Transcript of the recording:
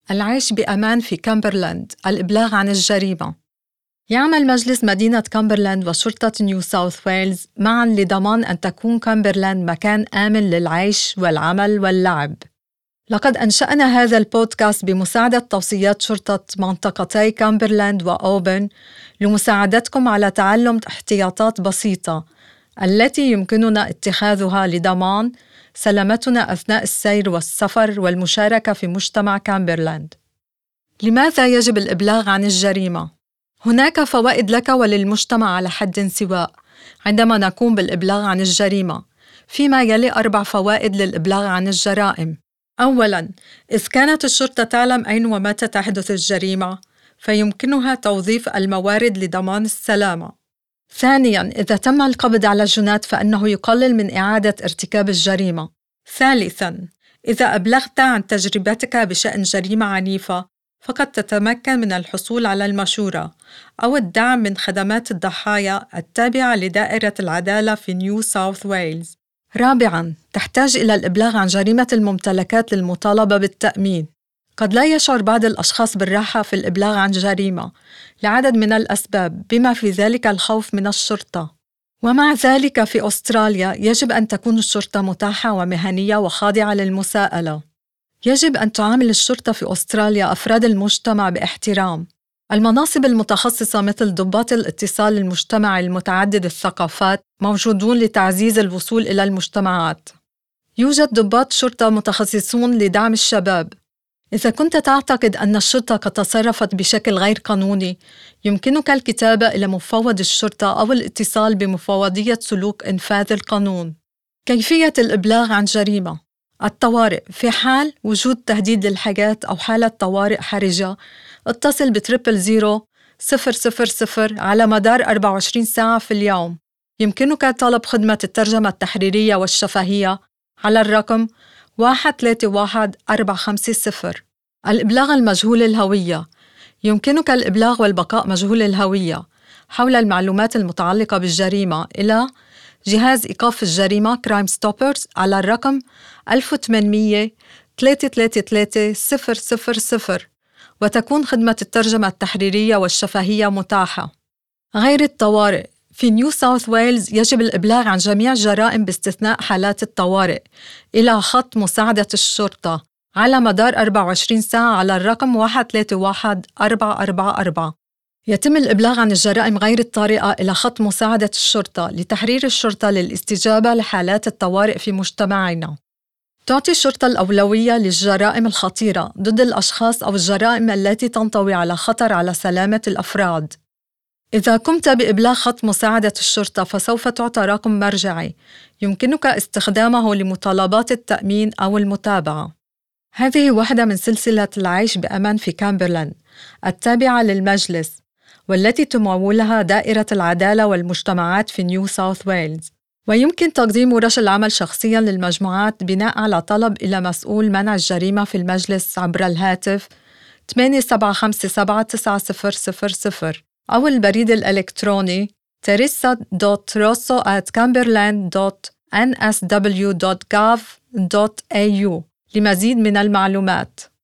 العيش بأمان في كامبرلاند، الإبلاغ عن الجريمة. يعمل مجلس مدينة كامبرلاند وشرطة نيو ساوث ويلز معاً لضمان أن تكون كامبرلاند مكان آمن للعيش والعمل واللعب. لقد أنشأنا هذا البودكاست بمساعدة توصيات شرطة منطقتي كامبرلاند وأوبن لمساعدتكم على تعلم احتياطات بسيطة التي يمكننا اتخاذها لضمان سلامتنا أثناء السير والسفر والمشاركة في مجتمع كامبرلاند. لماذا يجب الإبلاغ عن الجريمة؟ هناك فوائد لك وللمجتمع على حد سواء عندما نقوم بالإبلاغ عن الجريمة، فيما يلي 4 فوائد للإبلاغ عن الجرائم. أولاً، إذ كانت الشرطة تعلم أين ومتى تحدث الجريمة، فيمكنها توظيف الموارد لضمان السلامة. ثانياً، إذا تم القبض على الجنات فإنه يقلل من إعادة ارتكاب الجريمة. ثالثاً، إذا أبلغت عن تجربتك بشأن جريمة عنيفة، فقد تتمكن من الحصول على المشورة أو الدعم من خدمات الضحايا التابعة لدائرة العدالة في نيو ساوث ويلز. رابعاً، تحتاج إلى الإبلاغ عن جريمة الممتلكات للمطالبة بالتأمين. قد لا يشعر بعض الأشخاص بالراحة في الإبلاغ عن جريمة لعدد من الأسباب، بما في ذلك الخوف من الشرطة. ومع ذلك في أستراليا يجب أن تكون الشرطة متاحة ومهنية وخاضعة للمساءلة. يجب أن تعامل الشرطة في أستراليا أفراد المجتمع باحترام. المناصب المتخصصة مثل ضباط الاتصال المجتمعي المتعدد الثقافات موجودون لتعزيز الوصول إلى المجتمعات. يوجد ضباط شرطة متخصصون لدعم الشباب. إذا كنت تعتقد أن الشرطة قد تصرفت بشكل غير قانوني، يمكنك الكتابة إلى مفوض الشرطة أو الاتصال بمفوضية سلوك إنفاذ القانون. كيفية الإبلاغ عن جريمة. الطوارئ. في حال وجود تهديد للحياة أو حالة طوارئ حرجة، اتصل ب0000 على مدار 24 ساعة في اليوم. يمكنك طلب خدمة الترجمة التحريرية والشفهية على الرقم 131450. الإبلاغ المجهول الهوية. يمكنك الإبلاغ والبقاء مجهول الهوية حول المعلومات المتعلقة بالجريمة إلى جهاز إيقاف الجريمة Crime Stoppers على الرقم 1800 333 000، وتكون خدمة الترجمة التحريرية والشفهية متاحة. غير الطوارئ. في نيو ساوث ويلز يجب الإبلاغ عن جميع الجرائم باستثناء حالات الطوارئ إلى خط مساعدة الشرطة على مدار 24 ساعة على الرقم 131444. يتم الإبلاغ عن الجرائم غير الطارئة إلى خط مساعدة الشرطة لتحرير الشرطة للاستجابة لحالات الطوارئ في مجتمعنا. تعطي الشرطة الأولوية للجرائم الخطيرة ضد الأشخاص أو الجرائم التي تنطوي على خطر على سلامة الأفراد. إذا قمت بإبلاغ خط مساعدة الشرطة فسوف تعطى رقم مرجعي يمكنك استخدامه لمطالبات التأمين أو المتابعة. هذه واحدة من سلسلة العيش بأمان في كامبرلاند التابعة للمجلس، والتي تمولها دائرة العدالة والمجتمعات في نيو ساوث ويلز. ويمكن تقديم ورش العمل شخصياً للمجموعات بناء على طلب إلى مسؤول منع الجريمة في المجلس عبر الهاتف 87579000 أو البريد الإلكتروني teresa.rosso@cumberland.nsw.gov.au لمزيد من المعلومات.